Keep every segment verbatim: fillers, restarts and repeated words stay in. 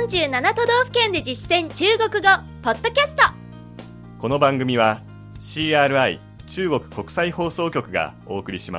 よんじゅうなな都道府県で実践中国語ポッドキャスト。 この番組は シーアールアイ 中国国際放送局がお送りします。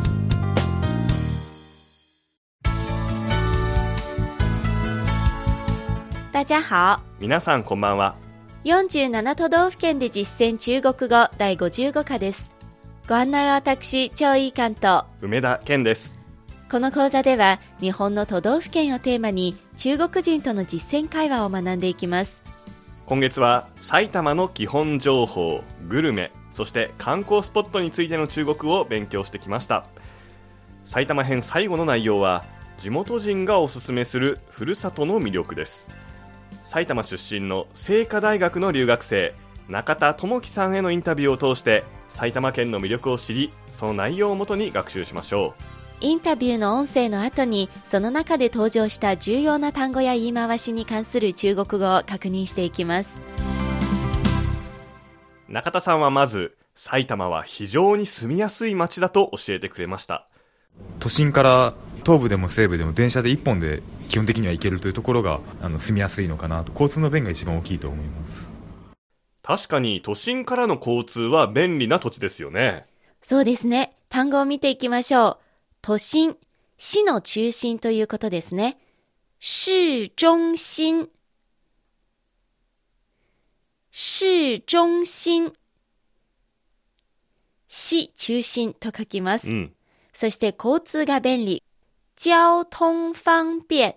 大家好。 皆さんこんばんは。 よんじゅうなな都道府県で実践中国語だいごじゅうご課です。ご案内は私、張井関と梅田健です。 この講座では日本の都道府県をテーマに中国人との実践会話を学んでいきます。 今月は埼玉の基本情報、グルメ、そして観光スポットについての中国語を勉強してきました。埼玉編最後の内容は地元人がおすすめするふるさとの魅力です。埼玉出身の清華大学の留学生中田智樹さんへのインタビューを通して埼玉県の魅力を知り、その内容をもとに学習しましょう。 インタビューの音声の後にその中で登場した重要な単語や言い回しに関する中国語を確認していきます。 中田さんはまず埼玉は非常に住みやすい街だと教えてくれました。 都心から東部でも西部でも電車でいっぽんで基本的には行けるというところがあの住みやすいのかなと。交通の便が一番大きいと思います。 確かに都心からの交通は便利な土地ですよね。 そうですね。単語を見ていきましょう。都心、市の中心ということですね。市中心、市中心、市中心と書きます。 うん、 そして交通が便利。交通方便、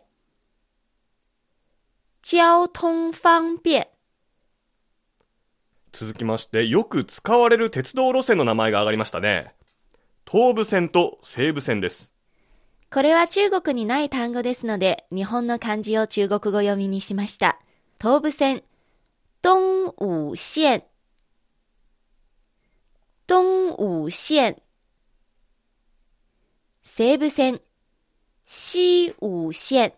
交通方便。 続きましてよく使われる鉄道路線の名前が挙がりましたね。東武線と西武線です。 これは中国にない単語ですので、日本の漢字を中国語読みにしました。東武線、東武線、東武線。西武線、西武線、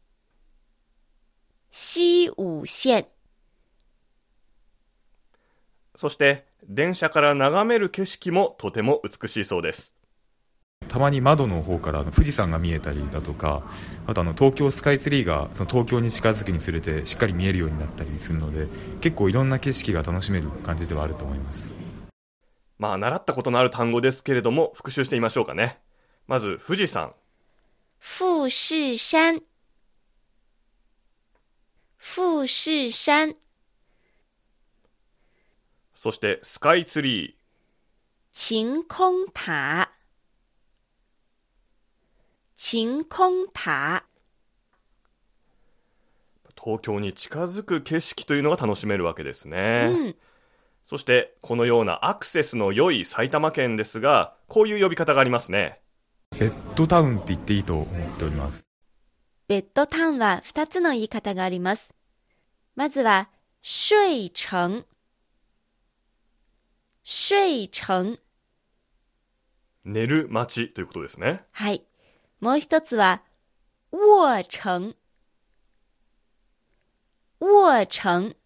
西武線。 そして電車から眺める景色もとても美しいそうです。 たまに窓の方からあの富士山が見えたりだとか、あとあの東京スカイツリーがその東京に近づくにつれてしっかり見えるようになったりするので、結構いろんな景色が楽しめる感じではあると思います。 まあ習ったことのある単語ですけれども復習してみましょうかね。まず富士山、 富士山、富士山。 そしてスカイツリー、 晴空塔、晴空塔。 東京に近づく景色というのが楽しめるわけですね、 うん、 そしてこのようなアクセスの良い埼玉県ですが、こういう呼び方がありますね。 ベッドタウンって言っていいと思っております。 ベッドタウンはふたつの言い方があります。まずは睡城、睡城。 寝る街ということですね。 はい。もう一つは卧城、卧城。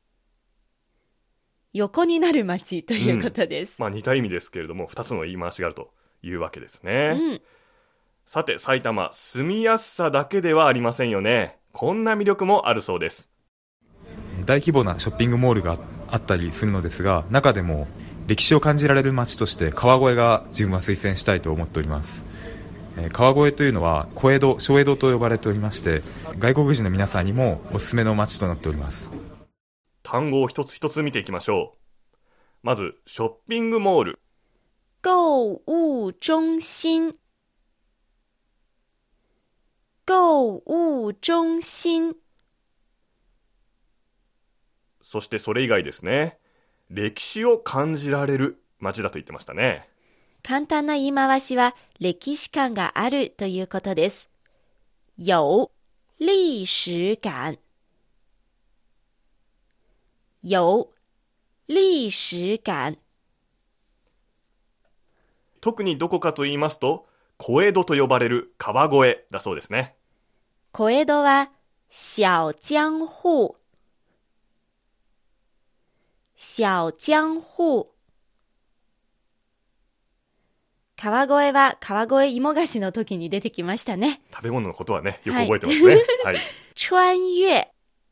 横になる街ということです、 うん、まあ似た意味ですけれどもふたつの言い回しがあるというわけですね、 うん、 さて埼玉、住みやすさだけではありませんよね。こんな魅力もあるそうです。 大規模なショッピングモールがあったりするのですが、中でも歴史を感じられる街として川越が自分は推薦したいと思っております。えー、川越というのは小江戸、小江戸と呼ばれておりまして、外国人の皆さんにもおすすめの街となっております。 単語を一つ一つ見ていきましょう。まずショッピングモール、 購物中心、購物中心。 そしてそれ以外ですね、歴史を感じられる街だと言ってましたね。 簡単な言い回しは歴史感があるということです。有历史感、有历史感。 特にどこかと言いますと小江戸と呼ばれる川越だそうですね。 小江戸は小江户、小江户。 川越は川越芋菓子の時に出てきましたね。 食べ物のことはね、よく覚えてますね。はい。 穿越。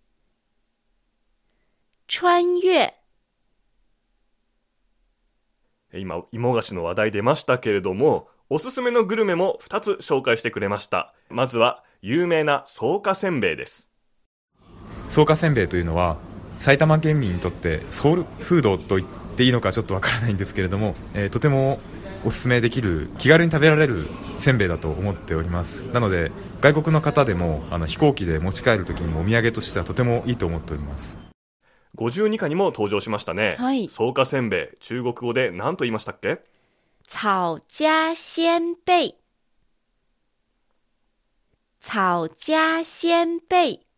穿越。 今、芋菓子の話題出ましたけれども、おすすめのグルメもふたつ紹介してくれました。まずは、有名な草加せんべいです。 草加せんべいというのは、埼玉県民にとってソウルフードと言っていいのかちょっとわからないんですけれども、えー、とてもおすすめできる、気軽に食べられるせんべいだと思っております。なので、外国の方でもあの飛行機で持ち帰るときにもお土産としてはとてもいいと思っております。 ごじゅうにかにも登場しましたね。 はい。 草加せんべい、中国語で何と言いましたっけ？ 草加せんべい。草加せんべい。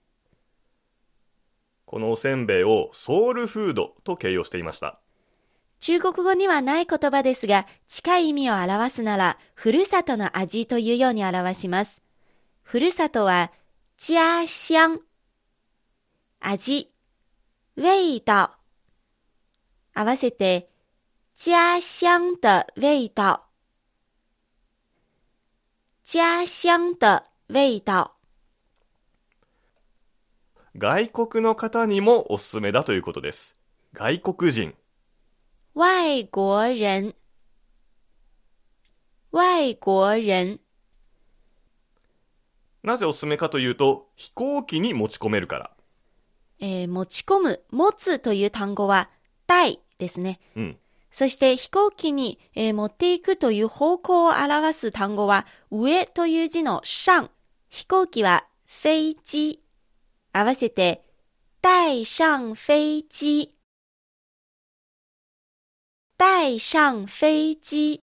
このおせんべいをソウルフードと形容していました。 中国語にはない言葉ですが、近い意味を表すなら、ふるさとの味というように表します。ふるさとは、家鄉。味。味道。合わせて、家鄉的味道。家鄉的味道。 外国の方にもおすすめだということです。外国人。 外国人。外国人。 なぜおすすめかというと、飛行機に持ち込めるから。 えー、持ち込む、持つという単語は、带ですね。 うん。 そして飛行機に、えー、持っていくという方向を表す単語は、上という字の上。飛行機は飛機。合わせて、带上飛機。带上飛機。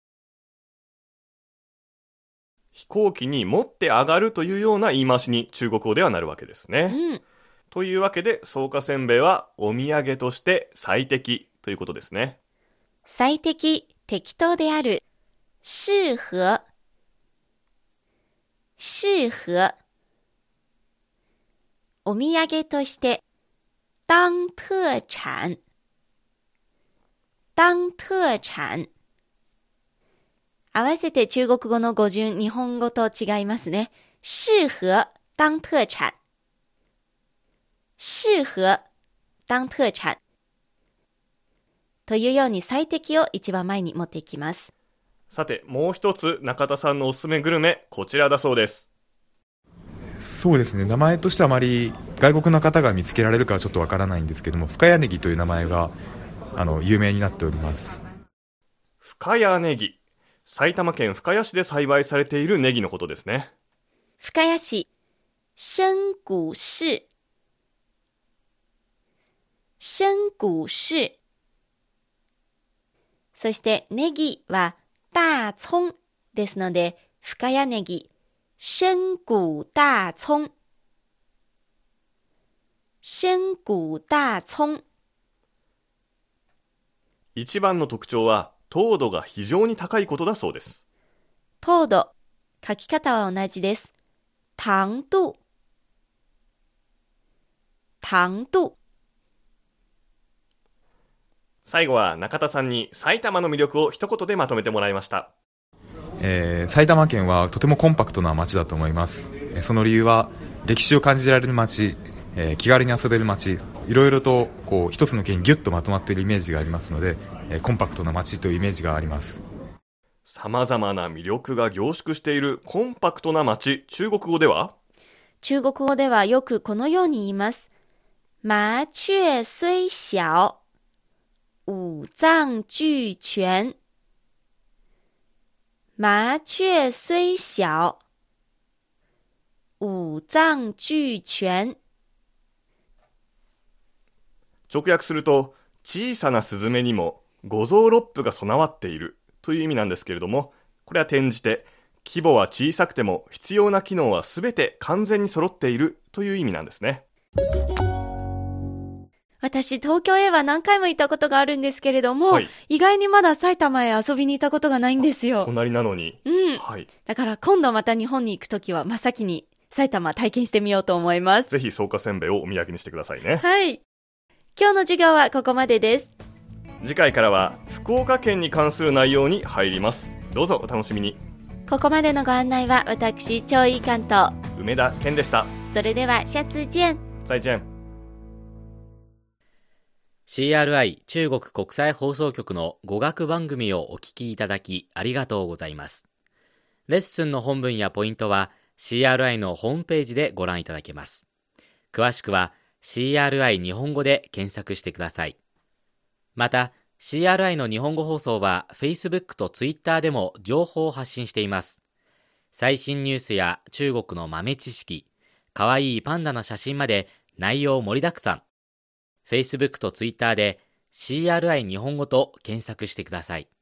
飛行機に持って上がるというような言い回しに中国語ではなるわけですね。 うん。 というわけで、草加せんべいはお土産として最適ということですね。 最適、適当である。適合。適合。お土産として、当特产。当特产。合わせて中国語の語順、日本語と違いますね。適合当特产。適合当特产。というように最適を一番前に持っていきます。 さて、もう一つ中田さんのおすすめグルメ、こちらだそうです。 そうですね、名前としてはあまり外国の方が見つけられるかはちょっとわからないんですけども、深谷ネギという名前があの有名になっております。 深谷ネギ、埼玉県深谷市で栽培されているネギのことですね。 深谷市深谷市深谷市。そしてネギは大葱ですので、深谷ネギ深谷大葱。深谷大葱。 一番の特徴は糖度が非常に高いことだそうです。 糖度、書き方は同じです。糖度。糖度。 最後は中田さんに埼玉の魅力を一言でまとめてもらいました。 えー、埼玉県はとてもコンパクトな街だと思います。その理由は歴史を感じられる街、えー、気軽に遊べる街、いろいろとこう一つの県にギュッとまとまっているイメージがありますので、えー、コンパクトな街というイメージがあります。 様々な魅力が凝縮しているコンパクトな街、中国語では？ 中国語ではよくこのように言います。麻雀虽小、五脏俱全。麻雀虽小、五脏俱全。 直訳すると、小さなスズメにも五臓六腑が備わっているという意味なんですけれども、これは転じて、規模は小さくても必要な機能はすべて完全に揃っているという意味なんですね。 私、東京へは何回も行ったことがあるんですけれども、 はい、 意外にまだ埼玉へ遊びに行ったことがないんですよ。 隣なのに。 うん。 はい。 だから今度また日本に行くときは真っ先に埼玉体験してみようと思います。 ぜひ草加せんべいをお土産にしてくださいね。 はい。今日の授業はここまでです。 次回からは福岡県に関する内容に入ります。 どうぞお楽しみに。 ここまでのご案内は私、張井関と梅田健でした。 それでは下次見。 再见。 シーアールアイ 中国国際放送局の語学番組をお聞きいただきありがとうございます。レッスンの本文やポイントは シーアールアイ のホームページでご覧いただけます。詳しくは シーアールアイ 日本語で検索してください。また シーアールアイ の日本語放送は Facebook と Twitter でも情報を発信しています。最新ニュースや中国の豆知識、かわいいパンダの写真まで内容盛りだくさん。Facebook と Twitter で シーアールアイ 日本語と検索してください。